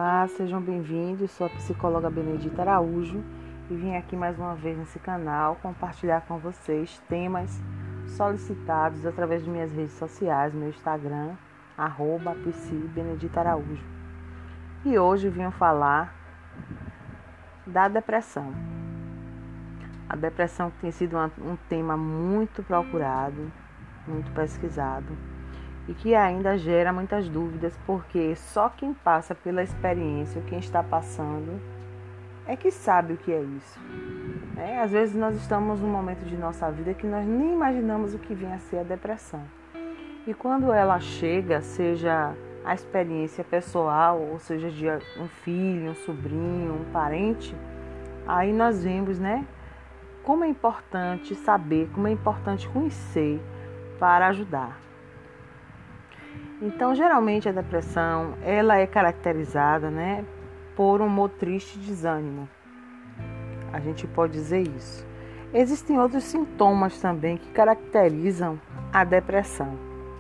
Olá, sejam bem-vindos. Sou a psicóloga Benedita Araújo e vim aqui mais uma vez nesse canal compartilhar com vocês temas solicitados através de minhas redes sociais, meu Instagram, @psibeneditaaraújo. E hoje vim falar da depressão. A depressão tem sido um tema muito procurado, muito pesquisado, e que ainda gera muitas dúvidas, porque só quem passa pela experiência, quem está passando, é que sabe o que é isso. Às vezes nós estamos num momento de nossa vida que nós nem imaginamos o que vem a ser a depressão. E quando ela chega, seja a experiência pessoal, ou seja de um filho, um sobrinho, um parente, aí nós vemos, como é importante saber, como é importante conhecer para ajudar. Então, geralmente a depressão, ela é caracterizada, por um humor triste e desânimo. A gente pode dizer isso. Existem outros sintomas também que caracterizam a depressão.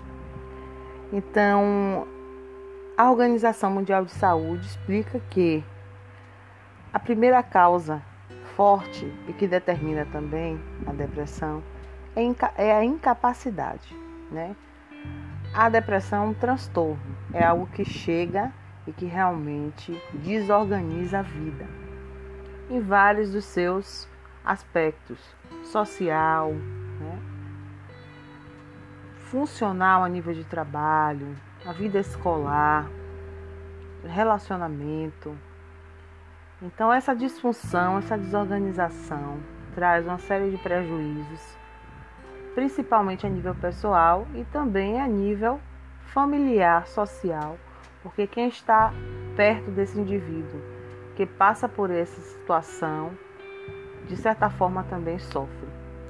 Então, a Organização Mundial de Saúde explica que a primeira causa forte e que determina também a depressão é a incapacidade, A depressão é um transtorno, é algo que chega e que realmente desorganiza a vida em vários dos seus aspectos: social, funcional a nível de trabalho, a vida escolar, relacionamento. Então essa disfunção, essa desorganização traz uma série de prejuízos, principalmente a nível pessoal e também a nível familiar, social, porque quem está perto desse indivíduo que passa por essa situação, de certa forma também sofre.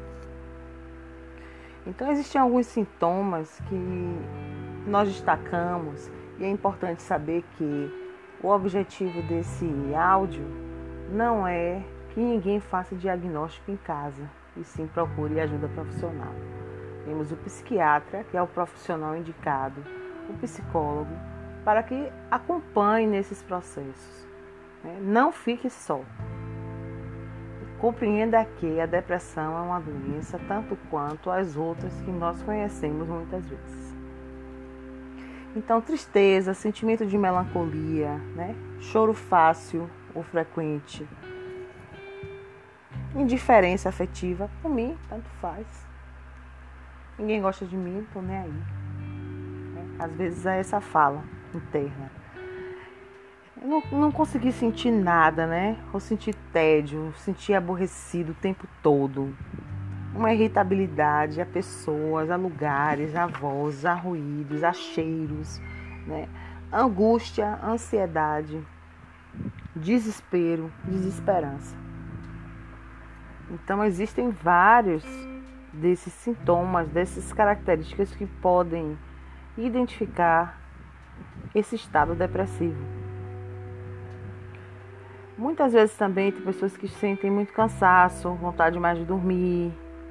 Então existem alguns sintomas que nós destacamos e é importante saber que o objetivo desse áudio não é que ninguém faça diagnóstico em casa, e sim procure ajuda profissional. Temos o psiquiatra, que é o profissional indicado, o psicólogo, para que acompanhe nesses processos. Não fique só. Compreenda que a depressão é uma doença tanto quanto as outras que nós conhecemos muitas vezes. Então, tristeza, sentimento de melancolia, choro fácil ou frequente, indiferença afetiva, por mim, tanto faz. Ninguém gosta de mim, estou nem aí. Às vezes é essa fala interna. Eu não consegui sentir nada, Ou sentir tédio, sentir aborrecido o tempo todo. Uma irritabilidade a pessoas, a lugares, a vozes, a ruídos, a cheiros, Angústia, ansiedade, desespero, desesperança. Então, existem vários desses sintomas, dessas características que podem identificar esse estado depressivo. Muitas vezes também tem pessoas que sentem muito cansaço, vontade demais de dormir,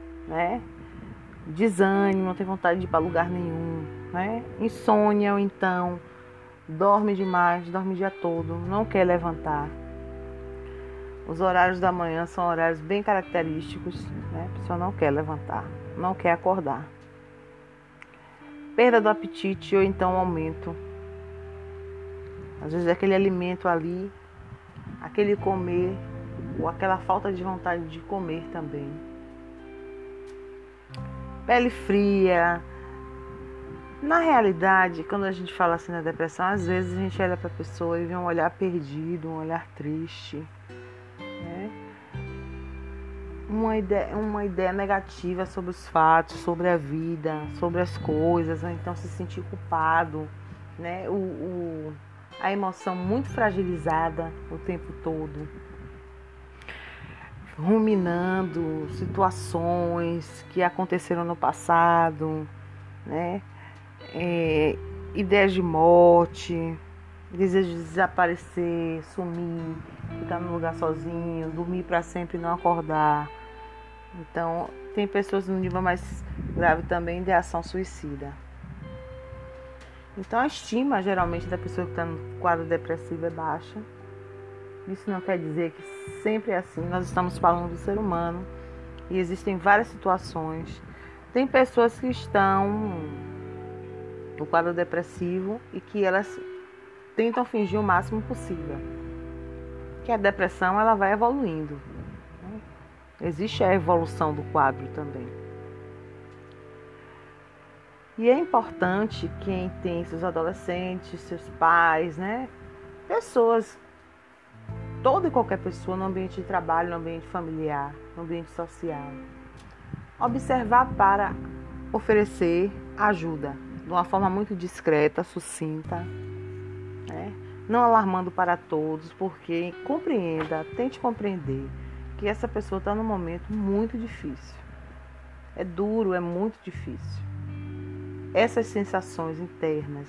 desânimo, não tem vontade de ir para lugar nenhum, Insônia, ou então dorme demais, dorme o dia todo, não quer levantar. Os horários da manhã são horários bem característicos, A pessoa não quer levantar, não quer acordar. Perda do apetite ou então aumento. Às vezes aquele alimento ali, aquele comer, ou aquela falta de vontade de comer também. Pele fria. Na realidade, quando a gente fala assim na depressão, às vezes a gente olha para a pessoa e vê um olhar perdido, um olhar triste, Uma ideia negativa sobre os fatos, sobre a vida, sobre as coisas, ou então se sentir culpado, a emoção muito fragilizada o tempo todo, ruminando situações que aconteceram no passado, ideias de morte, desejo de desaparecer, sumir, ficar num lugar sozinho, dormir para sempre e não acordar. Então, tem pessoas no nível mais grave também de ação suicida. Então a estima geralmente da pessoa que está no quadro depressivo é baixa. Isso não quer dizer que sempre é assim. Nós estamos falando do ser humano e existem várias situações. Tem pessoas que estão no quadro depressivo e que elas tentam fingir o máximo possível. Que a depressão ela vai evoluindo. Existe a evolução do quadro também. E é importante quem tem seus adolescentes, seus pais, pessoas, toda e qualquer pessoa no ambiente de trabalho, no ambiente familiar, no ambiente social, observar para oferecer ajuda de uma forma muito discreta, sucinta, não alarmando para todos, porque tente compreender que essa pessoa está num momento muito difícil. É duro, é muito difícil. Essas sensações internas,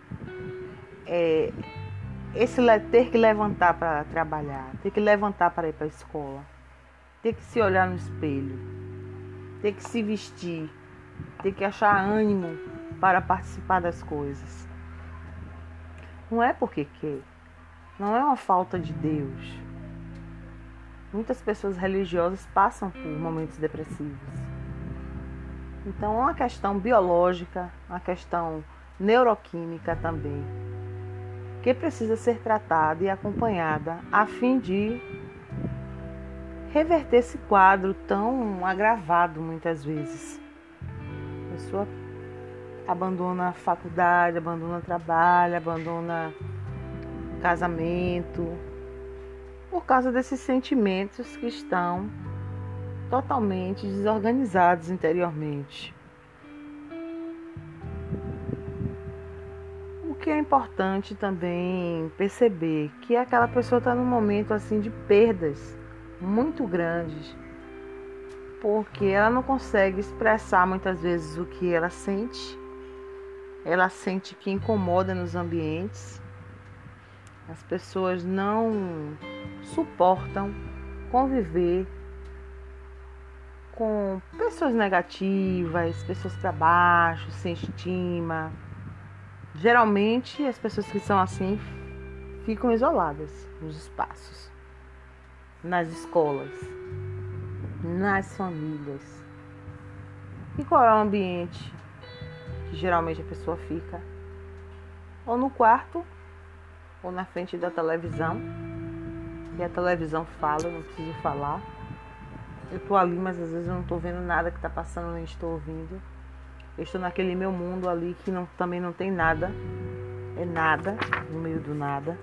esse ter que levantar para trabalhar, ter que levantar para ir para a escola, ter que se olhar no espelho, ter que se vestir, ter que achar ânimo para participar das coisas. Não é porque quer, não é uma falta de Deus. Muitas pessoas religiosas passam por momentos depressivos. Então é uma questão biológica, uma questão neuroquímica também, que precisa ser tratada e acompanhada a fim de reverter esse quadro tão agravado muitas vezes. A pessoa abandona a faculdade, abandona o trabalho, abandona casamento, por causa desses sentimentos que estão totalmente desorganizados interiormente. O que é importante também perceber que aquela pessoa está num momento assim de perdas muito grandes, porque ela não consegue expressar muitas vezes o que ela sente. Ela sente que incomoda nos ambientes. As pessoas não suportam conviver com pessoas negativas, pessoas para baixo, sem estima. Geralmente as pessoas que são assim ficam isoladas nos espaços, nas escolas, nas famílias. E qual é o ambiente que geralmente a pessoa fica? Ou no quarto, ou na frente da televisão. E a televisão fala, eu não preciso falar. Eu estou ali, mas às vezes eu não estou vendo nada que está passando, nem estou ouvindo. Eu estou naquele meu mundo ali que também não tem nada. É nada, no meio do nada.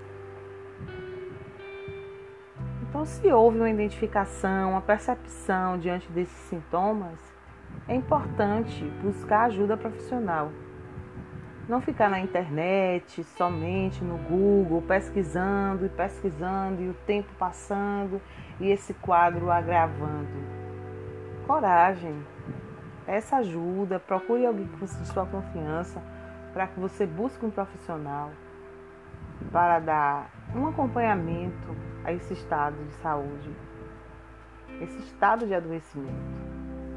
Então, se houve uma identificação, uma percepção diante desses sintomas, é importante buscar ajuda profissional. Não ficar na internet, somente no Google, pesquisando e o tempo passando e esse quadro agravando. Coragem, peça ajuda, procure alguém de sua confiança para que você busque um profissional para dar um acompanhamento a esse estado de saúde, esse estado de adoecimento.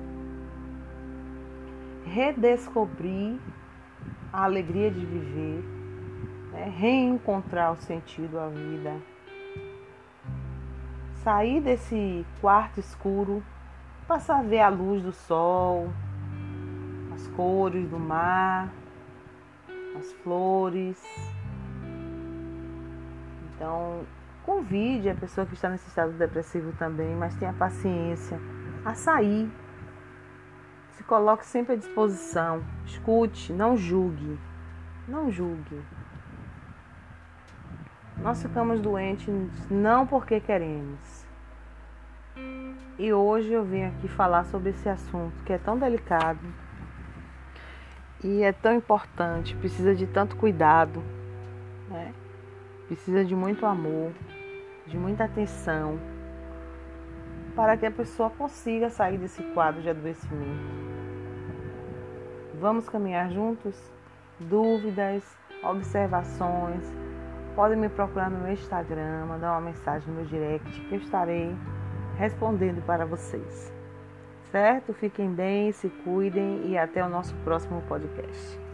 Redescobrir a alegria de viver, reencontrar o sentido da vida, sair desse quarto escuro, passar a ver a luz do sol, as cores do mar, as flores. Então, convide a pessoa que está nesse estado depressivo também, mas tenha paciência a sair. Se coloque sempre à disposição. Escute, não julgue. Não julgue. Nós ficamos doentes não porque queremos. E hoje eu vim aqui falar sobre esse assunto que é tão delicado e é tão importante, precisa de tanto cuidado, Precisa de muito amor, de muita atenção, para que a pessoa consiga sair desse quadro de adoecimento. Vamos caminhar juntos? Dúvidas, observações, podem me procurar no meu Instagram, mandar uma mensagem no meu direct, que eu estarei respondendo para vocês. Certo? Fiquem bem, se cuidem e até o nosso próximo podcast.